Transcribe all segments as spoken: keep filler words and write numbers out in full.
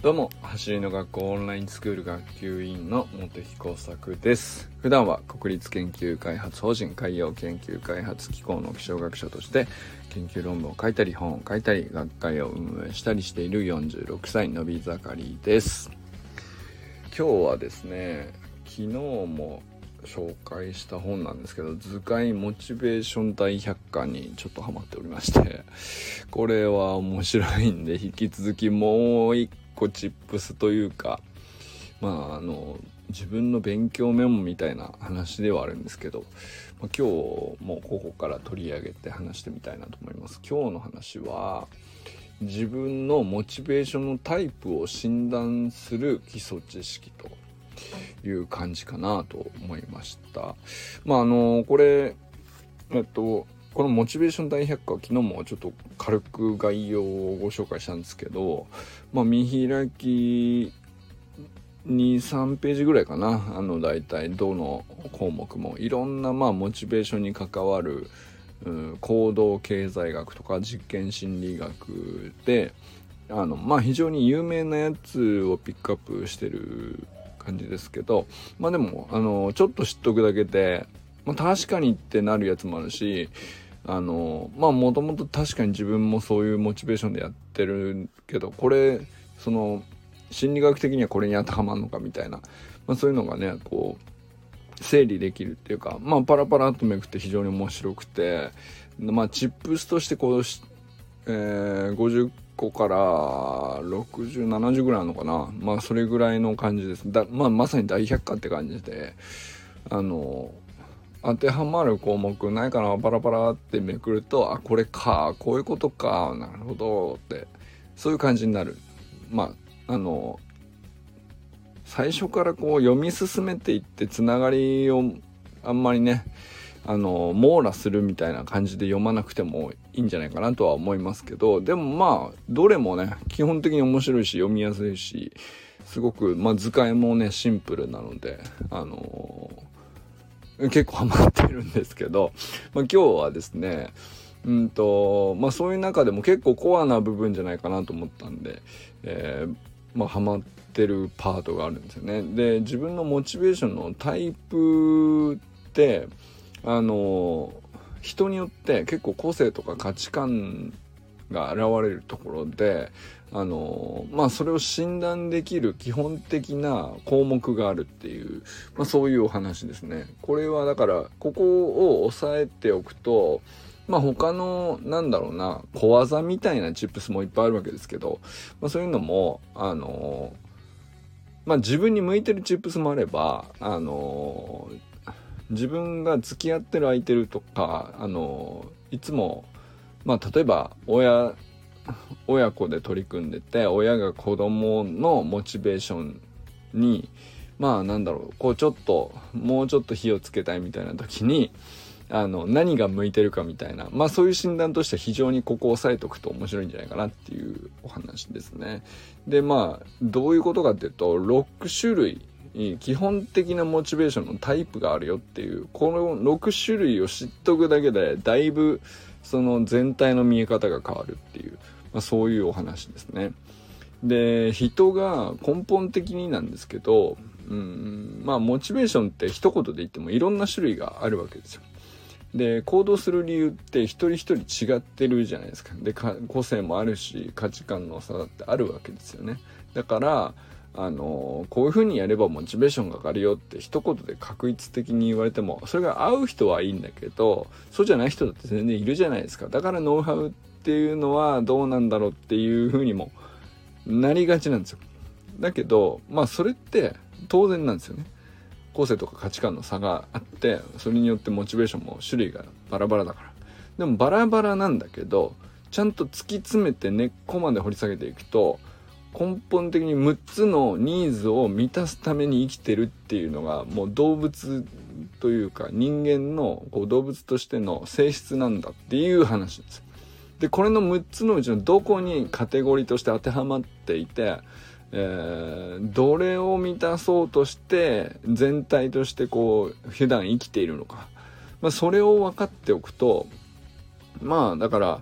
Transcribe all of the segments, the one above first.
どうも、走りの学校オンラインスクール学級委員の茂木耕作です。普段は国立研究開発法人海洋研究開発機構の気象学者として研究論文を書いたり本を書いたり学会を運営したりしているよんじゅうろくさいのび盛りです。今日はですね、昨日も紹介した本なんですけど、図解モチベーション大百科にちょっとハマっておりまして、これは面白いんで引き続きもう一個チップスというか、まああの自分の勉強メモみたいな話ではあるんですけど、まあ、今日もここから取り上げて話してみたいなと思います。今日の話は自分のモチベーションのタイプを診断する基礎知識という感じかなと思いました。まああのこれえっとこのモチベーション大百科は昨日もちょっと軽く概要をご紹介したんですけど、まあ見開きに、さんページぐらいかな。あのだいたいどの項目もいろんなまあモチベーションに関わる、うん、行動経済学とか実験心理学で、あのまあ非常に有名なやつをピックアップしてる感じですけど、まあでもあのちょっと知っとくだけで、まあ、確かにってなるやつもあるし、あのまあもともと確かに自分もそういうモチベーションでやってるけど、これその心理学的にはこれに当てはまるのかみたいな、まあ、そういうのがねこう整理できるっていうか、まあパラパラっとめくって非常に面白くて、まあチップスとしてこう、えー、ごじゅっこからろくじゅう、ななじゅうぐらいあるのかな。まあそれぐらいの感じです。だ、まあまさに大百科って感じで、あの当てはまる項目ないかな、パラパラってめくると、あこれか、こういうことか、なるほどってそういう感じになる。まああの最初からこう読み進めていってつながりをあんまりねあの網羅するみたいな感じで読まなくてもいいんじゃないかなとは思いますけど、でもまあどれもね基本的に面白いし読みやすいし、すごくまあ図解もねシンプルなので、あのー、結構ハマってるんですけど、まあ、今日はですねうんとまあそういう中でも結構コアな部分じゃないかなと思ったんで、えー、まあハマってるパートがあるんですよね。で自分のモチベーションのタイプってあの人によって結構個性とか価値観が現れるところで、あのまあそれを診断できる基本的な項目があるっていう、まあ、そういうお話ですね。これはだからここを押さえておくと、まあ他のなんだろうな小技みたいなチップスもいっぱいあるわけですけど、まあ、そういうのもあのまあ自分に向いてるチップスもあれば、あの自分が付き合ってる相手とか、あのいつもまあ例えば親親子で取り組んでて、親が子供のモチベーションにまあなんだろうこうちょっともうちょっと火をつけたいみたいな時にあの何が向いてるかみたいな、まあそういう診断としては非常にここを押さえておくと面白いんじゃないかなっていうお話ですね。でまあどういうことかっていうと、ろくしゅるい基本的なモチベーションのタイプがあるよっていう、このろくしゅるいを知っとくだけでだいぶその全体の見え方が変わるっていう、まあ、そういうお話ですね。で人が根本的になんですけど、うんまあモチベーションって一言で言ってもいろんな種類があるわけですよ。で行動する理由って一人一人違ってるじゃないですか。でか個性もあるし価値観の差だってあるわけですよね。だからあのこういう風にやればモチベーションが上がるよって一言で確一的に言われてもそれが合う人はいいんだけど、そうじゃない人だって全然いるじゃないですか。だからノウハウっていうのはどうなんだろうっていう風にもなりがちなんですよ。だけどまあそれって当然なんですよね。個性とか価値観の差があって、それによってモチベーションも種類がバラバラだから。でもバラバラなんだけどちゃんと突き詰めて根っこまで掘り下げていくと、根本的にむっつのニーズを満たすために生きてるっていうのがもう動物というか人間のこう動物としての性質なんだっていう話です。でこれのむっつのうちのどこにカテゴリーとして当てはまっていて、えー、どれを満たそうとして全体としてこう普段生きているのか、まあ、それを分かっておくと、まあだから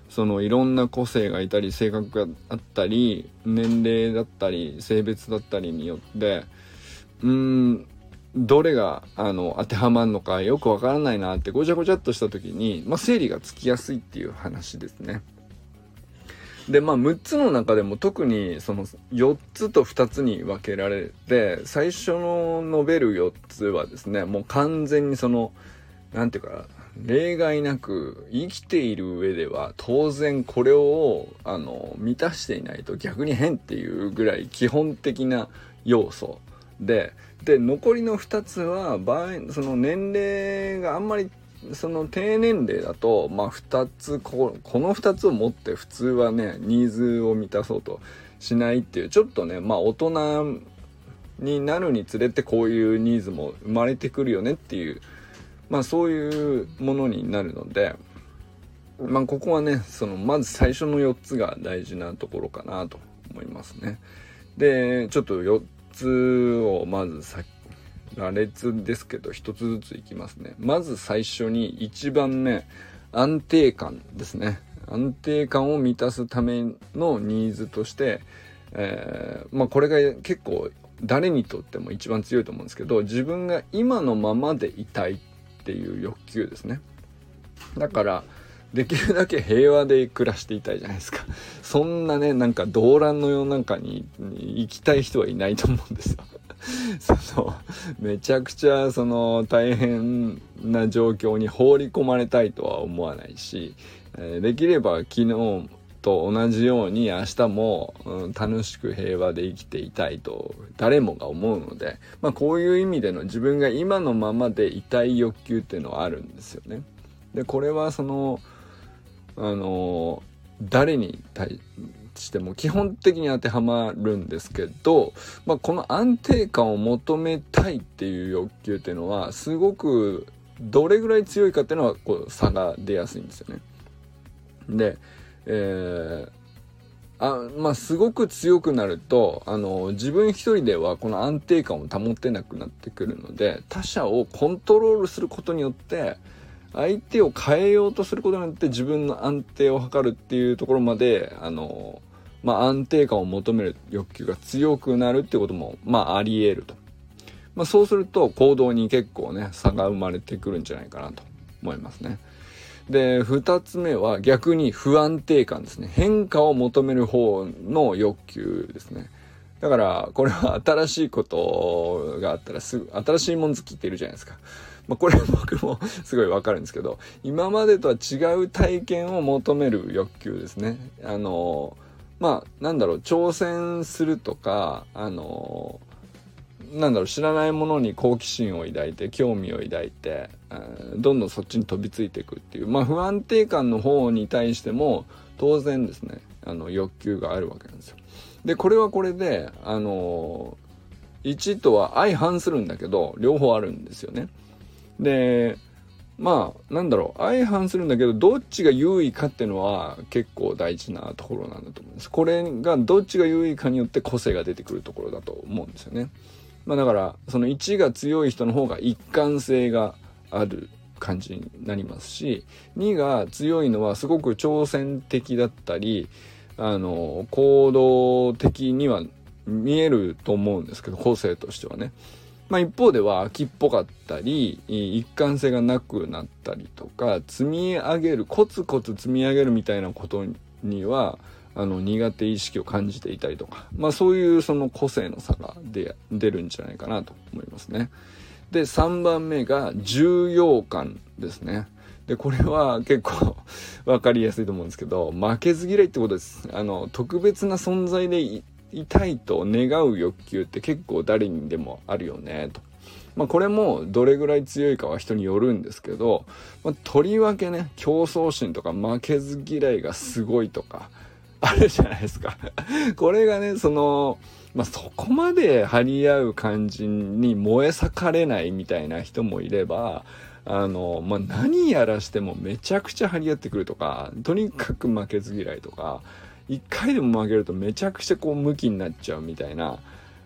そのいろんな個性がいたり性格があったり年齢だったり性別だったりによってうーんどれがあの当てはまるのかよくわからないなってごちゃごちゃっとした時に、まあ、整理がつきやすいっていう話ですね。でまあむっつの中でも特にそのよっつとふたつに分けられて、最初の述べるよっつはですねもう完全にそのなんていうか例外なく生きている上では当然これをあの満たしていないと逆に変っていうぐらい基本的な要素で、で残りのふたつは場合その年齢があんまりその低年齢だとまあふたつ こ, このふたつを持って普通はねニーズを満たそうとしないっていうちょっとねまあ大人になるにつれてこういうニーズも生まれてくるよねっていうまあそういうものになるので、まあここはねそのまず最初のよっつが大事なところかなと思いますね。でちょっとよっつをまずさ羅列ですけど一つずついきますね。まず最初にいちばんめ安定感ですね。安定感を満たすためのニーズとして、えー、まあこれが結構誰にとっても一番強いと思うんですけど、自分が今のままでいたいっていう欲求ですね。だからできるだけ平和で暮らしていたいじゃないですか。そんなねなんか動乱の世の中に行きたい人はいないと思うんですよ。そのめちゃくちゃその大変な状況に放り込まれたいとは思わないし、えー、できれば昨日と同じように明日も、うん、楽しく平和で生きていたいと誰もが思うので、まあ、こういう意味での自分が今のままでいたい欲求っていうのはあるんですよね。でこれはそのあの誰に対しても基本的に当てはまるんですけど、まあ、この安定感を求めたいっていう欲求っていうのはすごくどれぐらい強いかっていうのはこう差が出やすいんですよね。で、えーあまあ、すごく強くなるとあの自分一人ではこの安定感を保てなくなってくるので、他者をコントロールすることによって相手を変えようとすることによって自分の安定を図るっていうところまであの、まあ、安定感を求める欲求が強くなるっていうことも、まあ、あり得ると、まあ、そうすると行動に結構ね差が生まれてくるんじゃないかなと思いますね。でふたつめは逆に不安定感ですね。変化を求める方の欲求ですね。だからこれは新しいことがあったらすぐ新しいもん好きっているじゃないですか。まあ、これ僕もすごいわかるんですけど、今までとは違う体験を求める欲求ですね。あのまあなんだろう挑戦するとかあのなんだろう知らないものに好奇心を抱いて興味を抱いて、どんどんそっちに飛びついていくっていう、まあ、不安定感の方に対しても当然ですねあの欲求があるわけなんですよ。でこれはこれであのいちとは相反するんだけど両方あるんですよね。でまあなんだろう相反するんだけどどっちが優位かっていうのは結構大事なところなんだと思うんです。これがどっちが優位かによって個性が出てくるところだと思うんですよね。まあだからそのいちが強い人の方が一貫性がある感じになりますし、にが強いのはすごく挑戦的だったりあの行動的には見えると思うんですけど個性としてはね。まあ一方では秋っぽかったり一貫性がなくなったりとか積み上げるコツコツ積み上げるみたいなことにはあの苦手意識を感じていたりとか、まあそういうその個性の差が出るんじゃないかなと思いますね。でさんばんめが重要感ですね。でこれは結構分かりやすいと思うんですけど負けず嫌いってことです。あの特別な存在でいいたいと願う欲求って結構誰にでもあるよねと。まあこれもどれぐらい強いかは人によるんですけど、まあ、とりわけね競争心とか負けず嫌いがすごいとかあるじゃないですかこれがねそのまあそこまで張り合う感じに燃え盛れないみたいな人もいれば、あのまあ何やらしてもめちゃくちゃ張り合ってくるとか、とにかく負けず嫌いとか、一回でも負けるとめちゃくちゃこうムキになっちゃうみたいな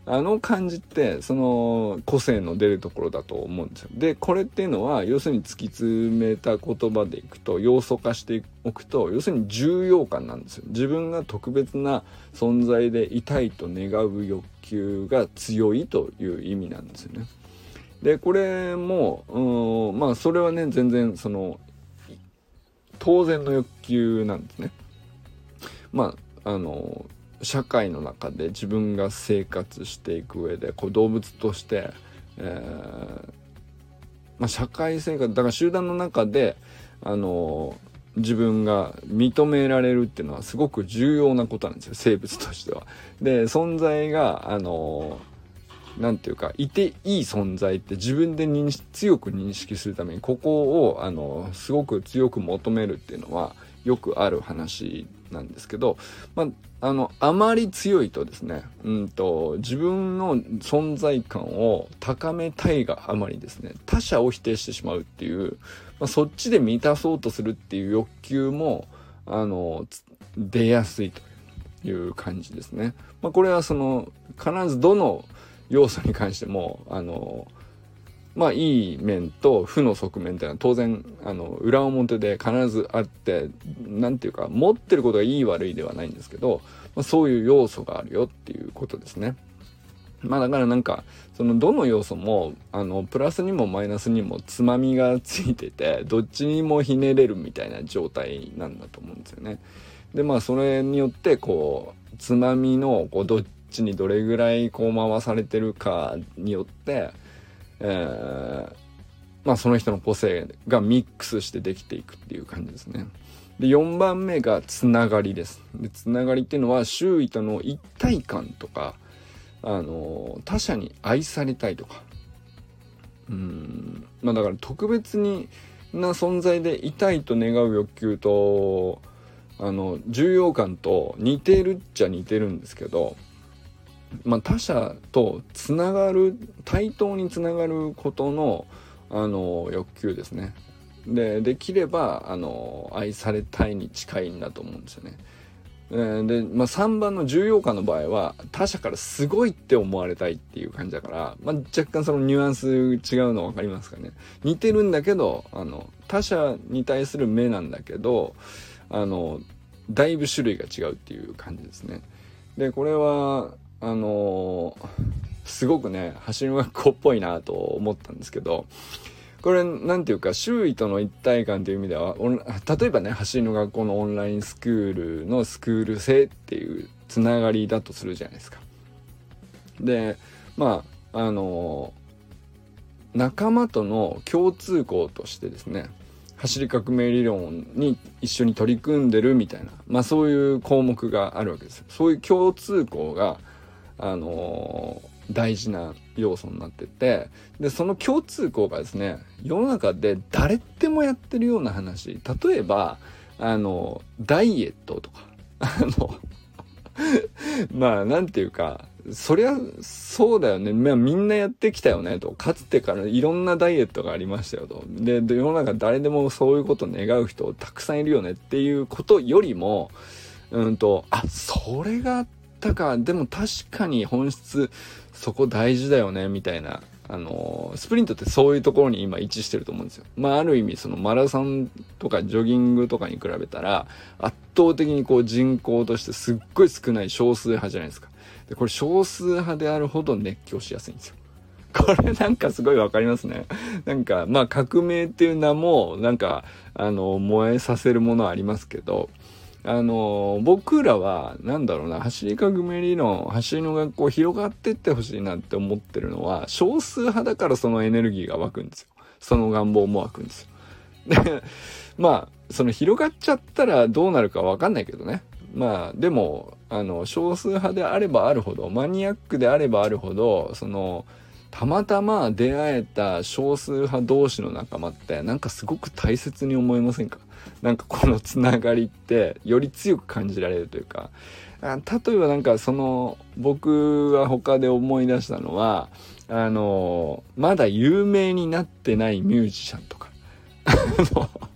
あの感じってその個性の出るところだと思うんですよ。でこれっていうのは要するに突き詰めた言葉でいくと、要素化しておくと、要するに重要感なんですよ。自分が特別な存在でいたいと願う欲求が強いという意味なんですよね。でこれもうんまあそれはね全然その当然の欲求なんですね。まああの社会の中で自分が生活していく上でこう動物として、えーまあ、社会生活だから集団の中であの自分が認められるっていうのはすごく重要なことなんですよ、生物としては。で存在があのなんていうかいていい存在って自分で認識強く認識するためにここをあのすごく強く求めるっていうのはよくある話なんですけど、まああのあまり強いとですね、うんと自分の存在感を高めたいがあまりですね、他者を否定してしまうっていう、まあ、そっちで満たそうとするっていう欲求もあの出やすいという感じですね。まあ、これはその必ずどの要素に関してもあのまあいい面と負の側面っていうのは当然あの裏表で必ずあって、なんていうか持ってることがいい悪いではないんですけど、まあ、そういう要素があるよっていうことですね。まあだからなんかそのどの要素もあのプラスにもマイナスにもつまみがついてて、どっちにもひねれるみたいな状態なんだと思うんですよね。でまあそれによってこうつまみのこうどっちにどれぐらいこう回されてるかによってえー、まあその人の個性がミックスしてできていくっていう感じですね。でよんばんめがつながりです。でつながりっていうのは周囲との一体感とか、あの他者に愛されたいとか、うーんまあだから特別にな存在でいたいと願う欲求とあの重要感と似てるっちゃ似てるんですけど、まあ、他者とつながる対等につながることのあの欲求ですね。でできればあの愛されたいに近いんだと思うんですよね。えー、で、まあ、さんばんの重要感の場合は他者からすごいって思われたいっていう感じだから、まあ、若干そのニュアンス違うの分かりますかね。似てるんだけどあの他者に対する目なんだけどあのだいぶ種類が違うっていう感じですね。でこれはあのー、すごくね走りの学校っぽいなと思ったんですけど、これなんていうか周囲との一体感という意味では例えばね走りの学校のオンラインスクールのスクール生っていうつながりだとするじゃないですか。でまああのー、仲間との共通項としてですね、走り革命理論に一緒に取り組んでるみたいな、まあそういう項目があるわけですよ。そういう共通項があのー、大事な要素になってて、でその共通項がですね世の中で誰でもやってるような話、例えばあのダイエットとかあのまあなんていうかそりゃそうだよね、まあ、みんなやってきたよねと、かつてからいろんなダイエットがありましたよと、でで世の中誰でもそういうことを願う人たくさんいるよねっていうことよりもうんとあそれがだからでも確かに本質そこ大事だよねみたいな、あのスプリントってそういうところに今位置してると思うんですよ。まあある意味そのマラソンとかジョギングとかに比べたら圧倒的にこう人口としてすっごい少ない少数派じゃないですか。でこれ少数派であるほど熱狂しやすいんですよ。これなんかすごいわかりますね。なんかまあ革命っていう名もなんかあの燃えさせるものはありますけど、あの僕らはなんだろうな、走り革命理論、走りの学校広がってってほしいなって思ってるのは少数派だからそのエネルギーが湧くんですよ。その願望も湧くんですよ。でまあその広がっちゃったらどうなるかわかんないけどね。まあでもあの少数派であればあるほど、マニアックであればあるほど、そのたまたま出会えた少数派同士の仲間ってなんかすごく大切に思いませんか？なんかこのつながりってより強く感じられるというか、例えばなんかその僕が他で思い出したのはあのまだ有名になってないミュージシャンとか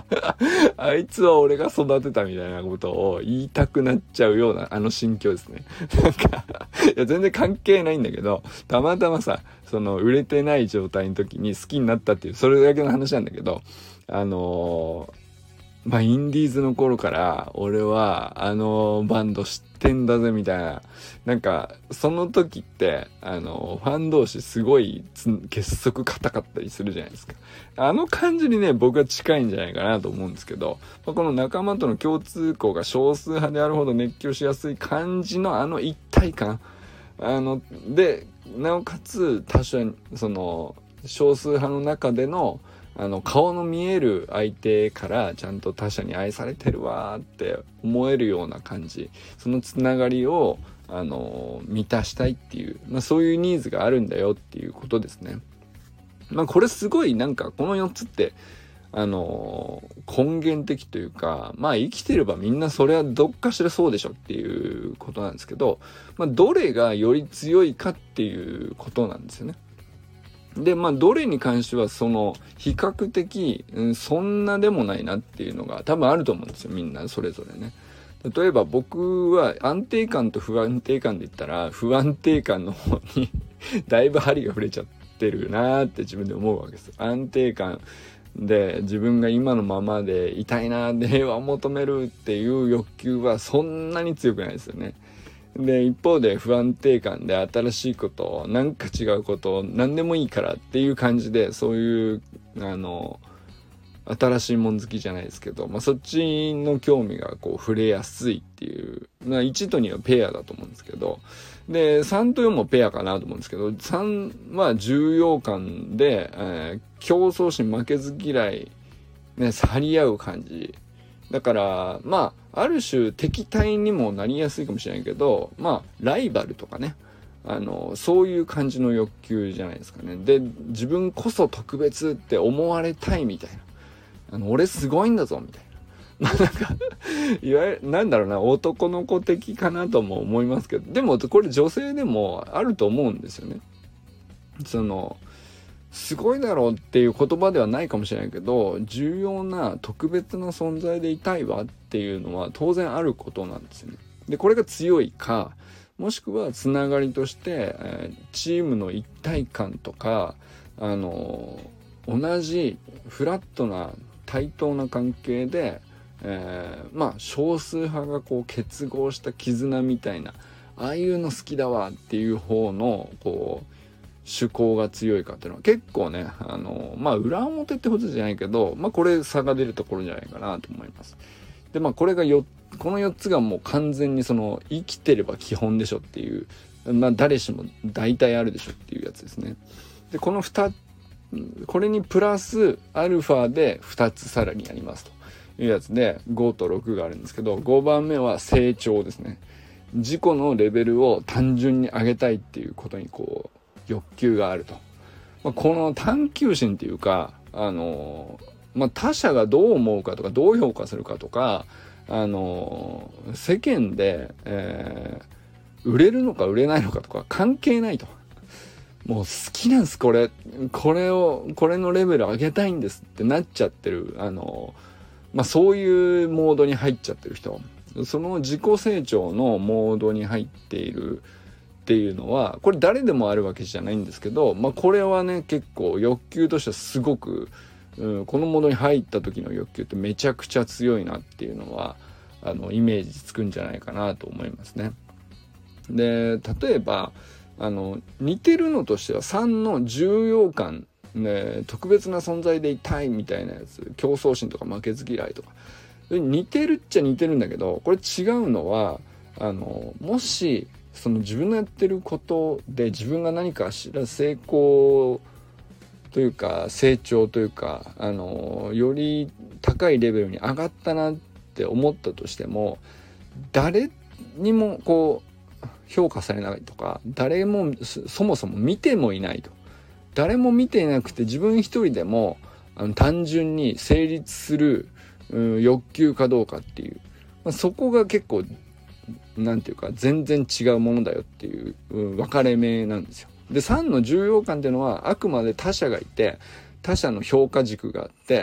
あいつは俺が育てたみたいなことを言いたくなっちゃうようなあの心境ですね。なんかいや全然関係ないんだけど、たまたまさその売れてない状態の時に好きになったっていうそれだけの話なんだけど、あのーまあインディーズの頃から俺はあのバンド知ってんだぜみたいな、なんかその時ってあのファン同士すごい結束固かったりするじゃないですか。あの感じにね僕は近いんじゃないかなと思うんですけど、まあ、この仲間との共通項が少数派であるほど熱狂しやすい感じのあの一体感、あのでなおかつ他者その少数派の中でのあの顔の見える相手からちゃんと他者に愛されてるわって思えるような感じ、そのつながりをあの満たしたいっていう、まあ、そういうニーズがあるんだよっていうことですね。まあこれすごいなんかこのよっつってあの根源的というか、まあ生きてればみんなそれはどっかしらそうでしょっていうことなんですけど、まあどれがより強いかっていうことなんですよね。でまあどれに関してはその比較的、うん、そんなでもないなっていうのが多分あると思うんですよ、みんなそれぞれね。例えば僕は安定感と不安定感で言ったら不安定感の方にだいぶ針が触れちゃってるなーって自分で思うわけです。安定感で自分が今のままでいたいな、で平和を求めるっていう欲求はそんなに強くないですよね。で一方で不安定感で新しいことなんか違うこと何でもいいからっていう感じで、そういうあの新しいもん好きじゃないですけど、まあ、そっちの興味がこう触れやすいっていう、まあ、いちとにはペアだと思うんですけど、でさんとよんもペアかなと思うんですけど、さんは重要感で、えー、競争心負けず嫌い、ね、張り合う感じだから、まあある種敵対にもなりやすいかもしれないけど、まあライバルとかね、あのそういう感じの欲求じゃないですかね。で自分こそ特別って思われたいみたいな、あの俺すごいんだぞみたいな、まあなんかいわゆるなんだろうな、男の子的かなとも思いますけど、でもこれ女性でもあると思うんですよね。そのすごいだろうっていう言葉ではないかもしれないけど、重要な特別な存在でいたいわっていうのは当然あることなんですよね。でこれが強いか、もしくはつながりとして、えー、チームの一体感とか、あのー、同じフラットな対等な関係で、えー、まあ少数派がこう結合した絆みたいな、ああいうの好きだわっていう方のこう趣向が強いかっていうのは結構ね、あのまあ裏表ってことじゃないけど、まあこれ差が出るところじゃないかなと思います。でまあこれがよこのよっつがもう完全にその生きてれば基本でしょっていう、まあ誰しも大体あるでしょっていうやつですね。でこのふたこれにプラスアルファでふたつさらにありますというやつでごとろくがあるんですけど、ごばんめは成長ですね。自己のレベルを単純に上げたいっていうことにこう欲求があると、まあ、この探求心っていうか、あのまあ、他者がどう思うかとかどう評価するかとか、あの世間で、えー、売れるのか売れないのかとか関係ないと、もう好きなんですこれこれをこれのレベル上げたいんですってなっちゃってる、あのまあそういうモードに入っちゃってる人、その自己成長のモードに入っているっていうのはこれ誰でもあるわけじゃないんですけど、まあこれはね結構欲求としてはすごく、うん、このモードに入った時の欲求ってめちゃくちゃ強いなっていうのはあのイメージつくんじゃないかなと思いますね。で例えばあの似てるのとしてはさんの重要感、ね、特別な存在でいたいみたいなやつ、競争心とか負けず嫌いとか似てるっちゃ似てるんだけど、これ違うのはあのもしその自分のやってることで自分が何かしら成功というか成長というか、あのより高いレベルに上がったなって思ったとしても、誰にもこう評価されないとか、誰もそもそも見てもいないと、誰も見ていなくて自分一人でもあの単純に成立する、うん、欲求かどうかっていう、まあ、そこが結構なんていうか全然違うものだよっていう、うん、分かれ目なんですよ。でさんの重要感っていうのはあくまで他者がいて他者の評価軸があって、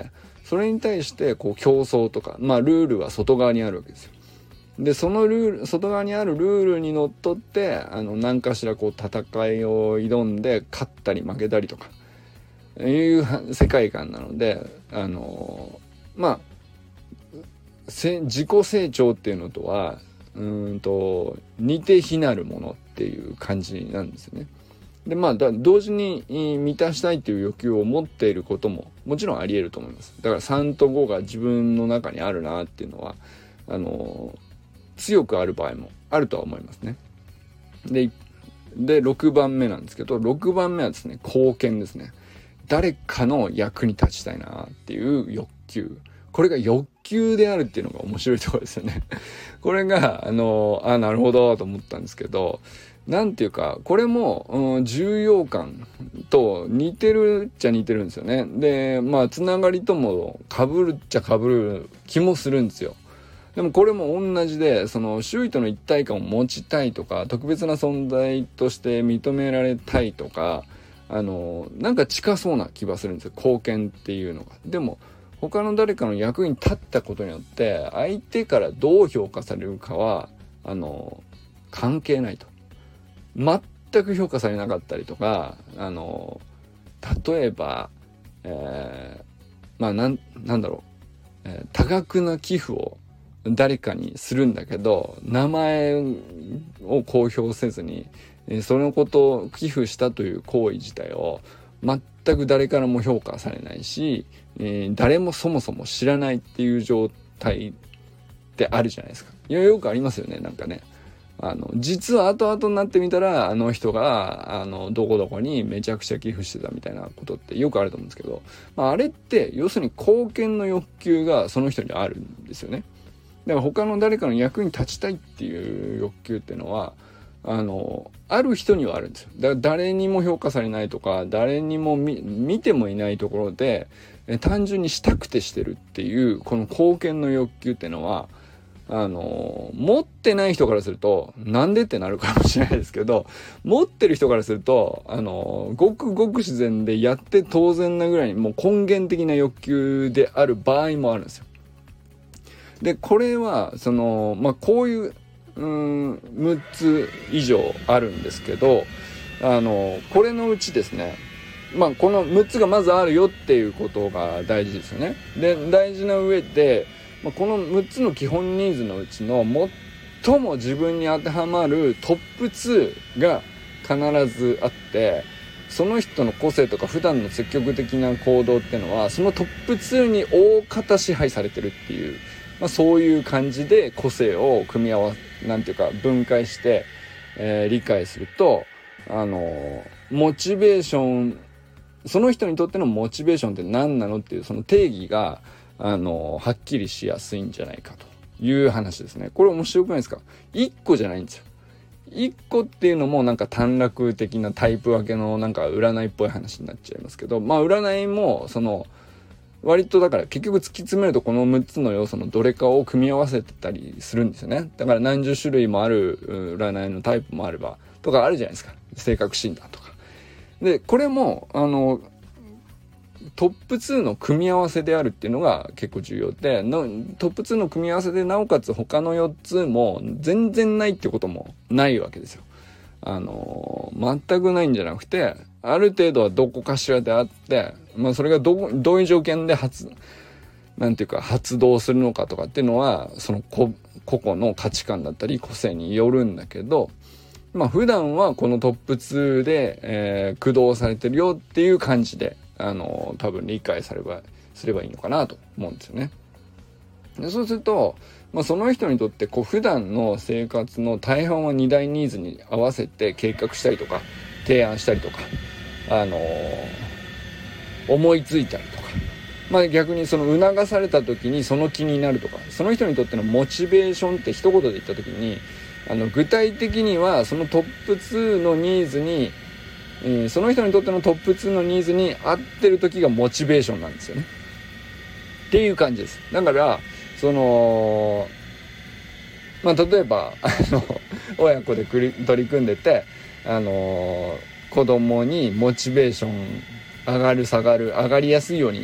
それに対してこう競争とか、まあルールは外側にあるわけですよ。でそのルール、外側にあるルールにのっとってあの何かしらこう戦いを挑んで勝ったり負けたりとかいう世界観なので、あのまあ自己成長っていうのとはうーんと似て非なるものっていう感じなんですよね。でまあだ同時に満たしたいっていう欲求を持っていることももちろんあり得ると思います。だからさんとごが自分の中にあるなっていうのはあの強くある場合もあるとは思いますね。で、でろくばんめなんですけど、ろくばんめはですね、貢献ですね。誰かの役に立ちたいなっていう欲求。これが欲求であるっていうのが面白いところですよね。これがあのあなるほどと思ったんですけど、なんていうかこれも、うん、重要感と似てるっちゃ似てるんですよね。でまあつながりとも被るっちゃ被る気もするんですよ。でもこれも同じで、その周囲との一体感を持ちたいとか、特別な存在として認められたいとか、あのなんか近そうな気がするんですよ、貢献っていうのが。でも他の誰かの役に立ったことによって相手からどう評価されるかはあの関係ないと。全く評価されなかったりとか、あの例えば、えー、まあなんなんだろう、えー、多額な寄付を誰かにするんだけど名前を公表せずにそのことを寄付したという行為自体を全く誰からも評価されないし、えー、誰もそもそも知らないっていう状態ってあるじゃないですか。いやよくありますよね。なんかね、あの実は後々になってみたらあの人があのどこどこにめちゃくちゃ寄付してたみたいなことってよくあると思うんですけど、まあ、あれって要するに貢献の欲求がその人にあるんですよね。だから他の誰かの役に立ちたいっていう欲求っていうのはあのある人にはあるんですよ。だから誰にも評価されないとか誰にも 見, 見てもいないところでえ単純にしたくてしてるっていうこの貢献の欲求っていうのはあの持ってない人からするとなんでってなるかもしれないですけど、持ってる人からするとあのごくごく自然でやって当然なぐらいにもう根源的な欲求である場合もあるんですよ。でこれはそのまあこういううーんむっつ以上あるんですけど、あのこれのうちですね、まあこのむっつがまずあるよっていうことが大事ですよね。で大事な上で、まあ、このむっつの基本ニーズのうちの最も自分に当てはまるトップツーが必ずあって、その人の個性とか普段の積極的な行動っていうのはそのトップツーに大方支配されてるっていう、まあ、そういう感じで個性を組み合わせなんていうか分解して、えー、理解するとあのモチベーション、その人にとってのモチベーションって何なのっていうその定義があのはっきりしやすいんじゃないかという話ですね。これ面白くないですか？いっこじゃないんですよ。いっこっていうのもなんか短絡的なタイプ分けのなんか占いっぽい話になっちゃいますけど、まあ占いもその割とだから結局突き詰めるとこのむっつの要素のどれかを組み合わせてたりするんですよね。だから何十種類もある占いのタイプもあればとかあるじゃないですか。性格診断とかで、これもあのトップツーの組み合わせであるっていうのが結構重要での、トップツーの組み合わせでなおかつ他のよっつも全然ないってこともないわけですよ。あの全くないんじゃなくてある程度はどこかしらであって、まあ、それが ど, どういう条件で発なんていうか発動するのかとかっていうのはその個々の価値観だったり個性によるんだけど、まあ普段はこのトップツーで、えー、駆動されてるよっていう感じであの多分理解さればすればいいのかなと思うんですよね。でそうすると、まあ、その人にとってこう普段の生活の大半はに大ニーズに合わせて計画したりとか提案したりとか、あのー、思いついたりとか、まあ、逆にその促された時にその気になるとか、その人にとってのモチベーションって一言で言った時にあの具体的にはそのトップツーのニーズにうん、その人にとってのトップツーのニーズに合ってる時がモチベーションなんですよねっていう感じです。だからそのまあ例えばあの親子で取り組んでてあの子供にモチベーション上がる下がる上がりやすいように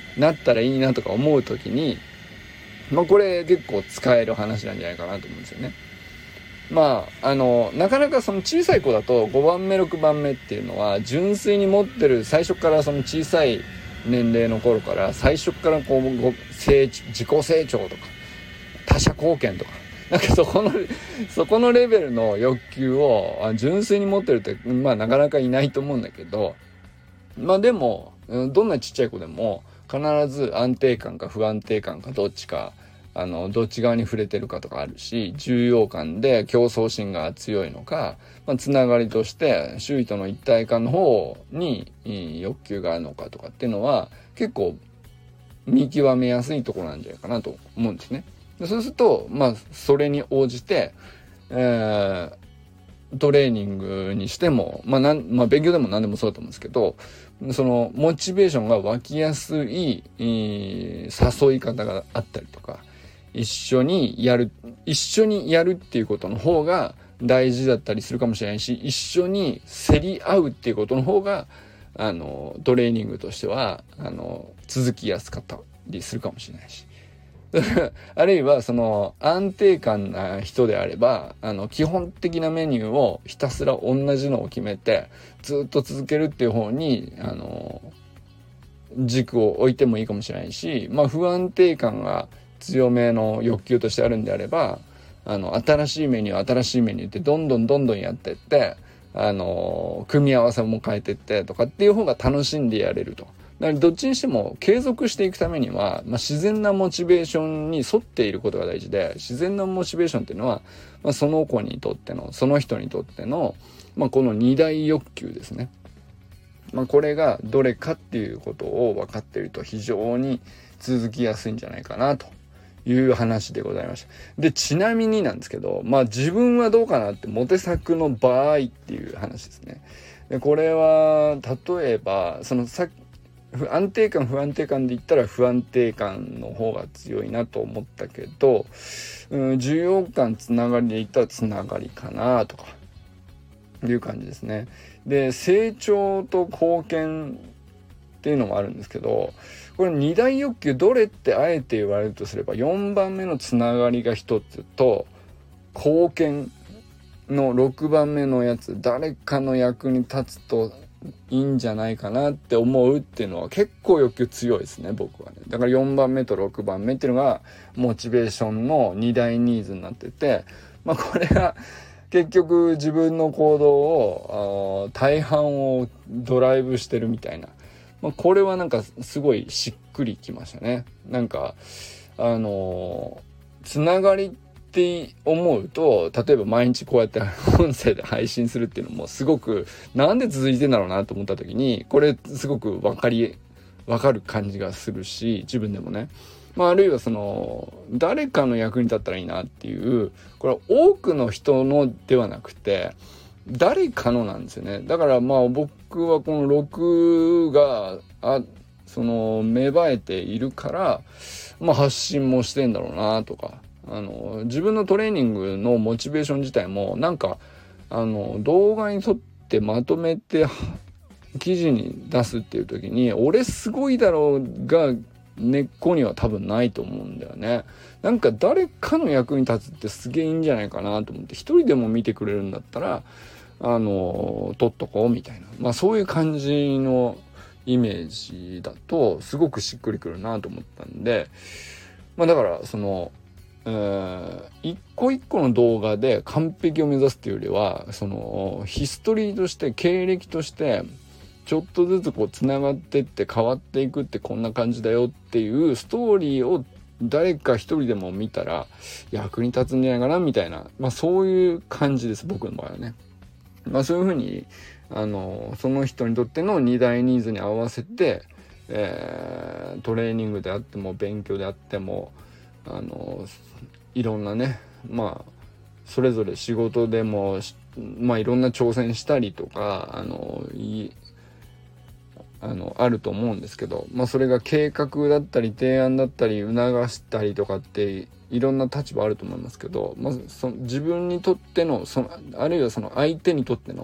なったらいいなとか思う時に、まあこれ結構使える話なんじゃないかなと思うんですよね。まああのなかなかその小さい子だとごばんめろくばんめっていうのは純粋に持ってる最初からその小さい年齢の頃から最初からこう成自己成長とか他者貢献とかなんかそこのそこのレベルの欲求を純粋に持ってるってまあなかなかいないと思うんだけど、まあでもどんなちっちゃい子でも必ず安定感か不安定感かどっちかあのどっち側に触れてるかとかあるし、重要感で競争心が強いのか、まあ、つながりとして周囲との一体感の方に欲求があるのかとかっていうのは結構見極めやすいところなんじゃないかなと思うんですね。そうするとまあそれに応じて、えー、トレーニングにしても、まあなんまあ、勉強でも何でもそうだと思うんですけど、そのモチベーションが湧きやすい、えー、誘い方があったりとか、一緒にやる一緒にやるっていうことの方が大事だったりするかもしれないし、一緒に競り合うっていうことの方があのトレーニングとしてはあの続きやすかったりするかもしれないしあるいはその安定感な人であればあの基本的なメニューをひたすら同じのを決めてずっと続けるっていう方にあの軸を置いてもいいかもしれないし、まあ不安定感が強めの欲求としてあるんであればあの新しいメニュー新しいメニューってどんどんどんどんやってってあの組み合わせも変えてってとかっていう方が楽しんでやれると。だからどっちにしても継続していくためには、まあ、自然なモチベーションに沿っていることが大事で、自然なモチベーションっていうのは、まあ、その子にとってのその人にとっての、まあ、この二大欲求ですね。まあ、これがどれかっていうことを分かっていると非常に続きやすいんじゃないかなという話でございました。でちなみになんですけど、まあ自分はどうかなってモテ作の場合っていう話ですね。でこれは例えばそのさ安定感不安定感で言ったら不安定感の方が強いなと思ったけど、うん、重要感つながりで言ったらつながりかなとかいう感じですね。で成長と貢献っていうのもあるんですけど、これ二大欲求どれってあえて言われるとすればよんばんめのつながりが一つと貢献のろくばんめのやつ、誰かの役に立つといいんじゃないかなって思うっていうのは結構欲求強いですね、僕はね。だからよんばんめとろくばんめっていうのがモチベーションの二大ニーズになってて、まあこれが結局自分の行動を大半をドライブしてるみたいな、まあ、これはなんかすごいしっくりきましたね。なんかあのつながりって思うと、例えば毎日こうやって音声で配信するっていうのもすごくなんで続いてんだろうなと思った時に、これすごく分かり分かる感じがするし、自分でもね、まあ、あるいはその誰かの役に立ったらいいなっていう、これは多くの人のではなくて誰かのなんですよね。だからまあ僕はこのろくがあその芽生えているから、まあ、発信もしてんだろうなとか、あの自分のトレーニングのモチベーション自体もなんかあの動画に撮ってまとめて記事に出すっていう時に俺すごいだろうが根っこには多分ないと思うんだよね。なんか誰かの役に立つってすげえいいんじゃないかなと思って、一人でも見てくれるんだったらあの撮っとこうみたいな、まあそういう感じのイメージだとすごくしっくりくるなと思ったんで、まあだからそのえー、一個一個の動画で完璧を目指すっていうよりは、そのヒストリーとして経歴としてちょっとずつこうつながってって変わっていくってこんな感じだよっていうストーリーを誰か一人でも見たら役に立つんじゃないかなみたいな、まあそういう感じです、僕の場合はね。まあそういうふうにあのその人にとっての二大ニーズに合わせて、えー、トレーニングであっても勉強であってもあのいろんなね、まあそれぞれ仕事でもまあいろんな挑戦したりとかあのいあのあると思うんですけど、まあそれが計画だったり提案だったり促したりとかっていろんな立場あると思いますけど、まずその自分にとってのそのあるいはその相手にとっての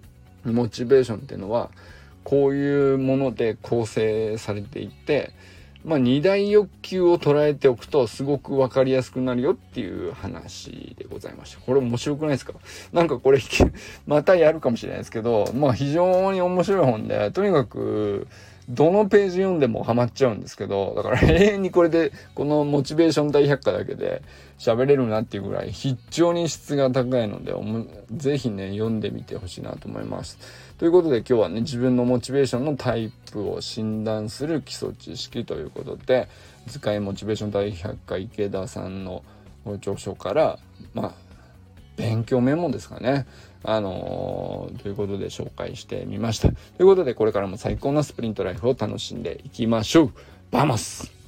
モチベーションっていうのはこういうもので構成されていて、 まあ二大欲求を捉えておくとすごくわかりやすくなるよっていう話でございました。これ面白くないですか？なんかこれまたやるかもしれないですけど、まあ非常に面白い本で、とにかくどのページ読んでもハマっちゃうんですけど、だから永遠にこれでこのモチベーション大百科だけで喋れるなっていうぐらい非常に質が高いので、ぜひね読んでみてほしいなと思います。ということで今日はね、自分のモチベーションのタイプを診断する基礎知識ということで、図解モチベーション大百科池田さんの著書からまあ勉強メモですかね、あのー、ということで紹介してみました。ということでこれからも最高なスプリントライフを楽しんでいきましょう。バモス。